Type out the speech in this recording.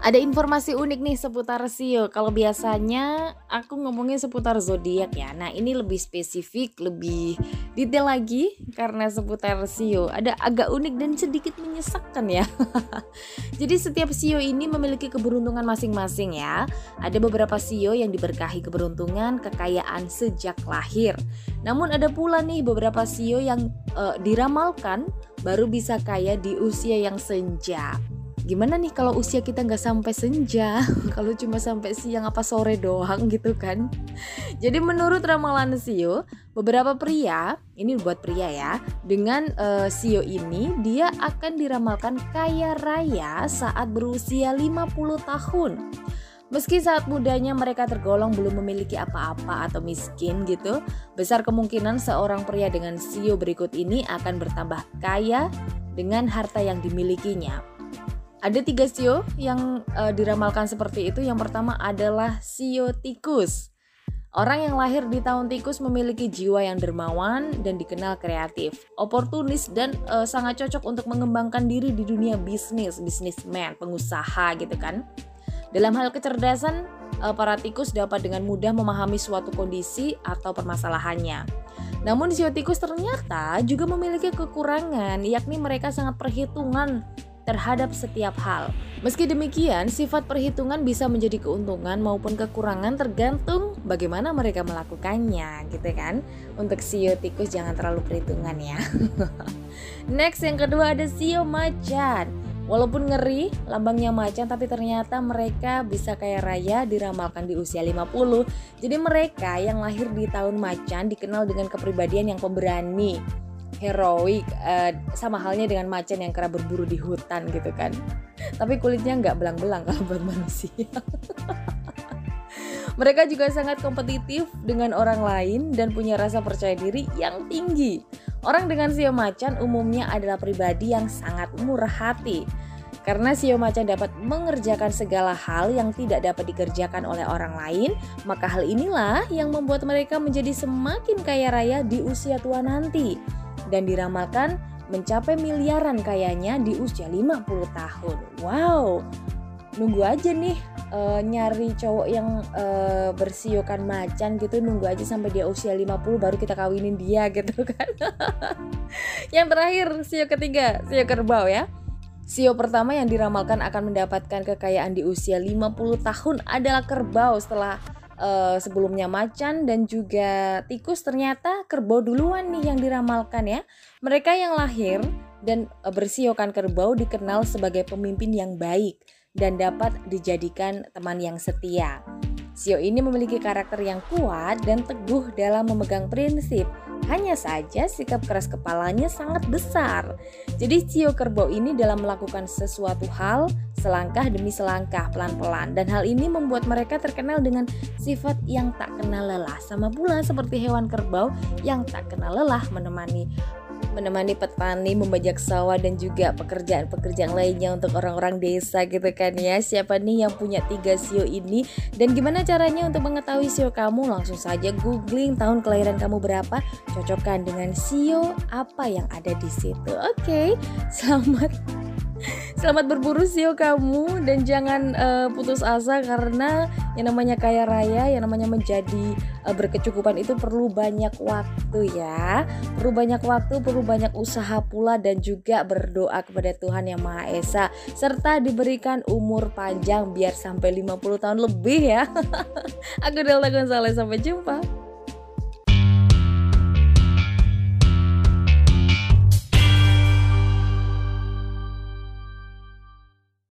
Ada informasi unik nih seputar Sio. Kalau biasanya aku ngomongin seputar zodiak ya. Nah, ini lebih spesifik, lebih detail lagi karena seputar Sio. Ada agak unik dan sedikit menyesakkan ya. Jadi setiap Sio ini memiliki keberuntungan masing-masing ya. Ada beberapa Sio yang diberkahi keberuntungan, kekayaan sejak lahir. Namun ada pula nih beberapa Sio yang diramalkan baru bisa kaya di usia yang senja. Gimana nih kalau usia kita nggak sampai senja, kalau cuma sampai siang apa sore doang gitu kan. Jadi menurut ramalan Sio, beberapa pria, ini buat pria ya, dengan Sio ini dia akan diramalkan kaya raya saat berusia 50 tahun. Meski saat mudanya mereka tergolong belum memiliki apa-apa atau miskin gitu, besar kemungkinan seorang pria dengan Sio berikut ini akan bertambah kaya dengan harta yang dimilikinya. Ada 3 Sio yang diramalkan seperti itu. Yang pertama adalah Sio tikus. Orang yang lahir di tahun tikus memiliki jiwa yang dermawan dan dikenal kreatif, oportunis dan sangat cocok untuk mengembangkan diri di dunia bisnismen, pengusaha gitu kan. Dalam hal kecerdasan, para tikus dapat dengan mudah memahami suatu kondisi atau permasalahannya. Namun Sio tikus ternyata juga memiliki kekurangan, yakni mereka sangat perhitungan terhadap setiap hal. Meski demikian, sifat perhitungan bisa menjadi keuntungan maupun kekurangan tergantung bagaimana mereka melakukannya, gitu kan. Untuk Sio tikus jangan terlalu perhitungan ya. Next, yang kedua ada Sio macan. Walaupun ngeri, lambangnya macan, tapi ternyata mereka bisa kaya raya diramalkan di usia 50. Jadi mereka yang lahir di tahun macan dikenal dengan kepribadian yang pemberani, heroik, sama halnya dengan macan yang kerap berburu di hutan gitu kan. Tapi kulitnya nggak belang-belang kalau buat manusia. Mereka juga sangat kompetitif dengan orang lain dan punya rasa percaya diri yang tinggi. Orang dengan Sio macan umumnya adalah pribadi yang sangat murah hati. Karena Sio macan dapat mengerjakan segala hal yang tidak dapat dikerjakan oleh orang lain, maka hal inilah yang membuat mereka menjadi semakin kaya raya di usia tua nanti. Dan diramalkan mencapai miliaran kayanya di usia 50 tahun. Wow, nunggu aja nih nyari cowok yang bersiokan macan gitu, nunggu aja sampai dia usia 50 baru kita kawinin dia gitu kan. Yang terakhir, Sio ketiga, Sio kerbau ya. Sio pertama yang diramalkan akan mendapatkan kekayaan di usia 50 tahun adalah kerbau. Setelah sebelumnya macan dan juga tikus, ternyata kerbau duluan nih yang diramalkan ya. Mereka yang lahir dan bersiokan kerbau dikenal sebagai pemimpin yang baik dan dapat dijadikan teman yang setia. Sio ini memiliki karakter yang kuat dan teguh dalam memegang prinsip. Hanya saja sikap keras kepalanya sangat besar. Jadi Sio kerbau ini dalam melakukan sesuatu hal selangkah demi selangkah, pelan-pelan. Dan hal ini membuat mereka terkenal dengan sifat yang tak kenal lelah. Sama pula seperti hewan kerbau yang tak kenal lelah menemani petani membajak sawah dan juga pekerjaan-pekerjaan lainnya untuk orang-orang desa gitu kan ya. Siapa nih yang punya 3 Sio ini dan gimana caranya untuk mengetahui Sio kamu? Langsung saja googling tahun kelahiran kamu berapa, cocokkan dengan Sio apa yang ada di situ. Oke, Selamat berburu Sio kamu dan jangan putus asa karena yang namanya kaya raya, yang namanya menjadi berkecukupan itu perlu banyak waktu ya. Perlu banyak waktu, perlu banyak usaha pula dan juga berdoa kepada Tuhan Yang Maha Esa serta diberikan umur panjang biar sampai 50 tahun lebih ya. Aku Delta Gonzales, sampai jumpa.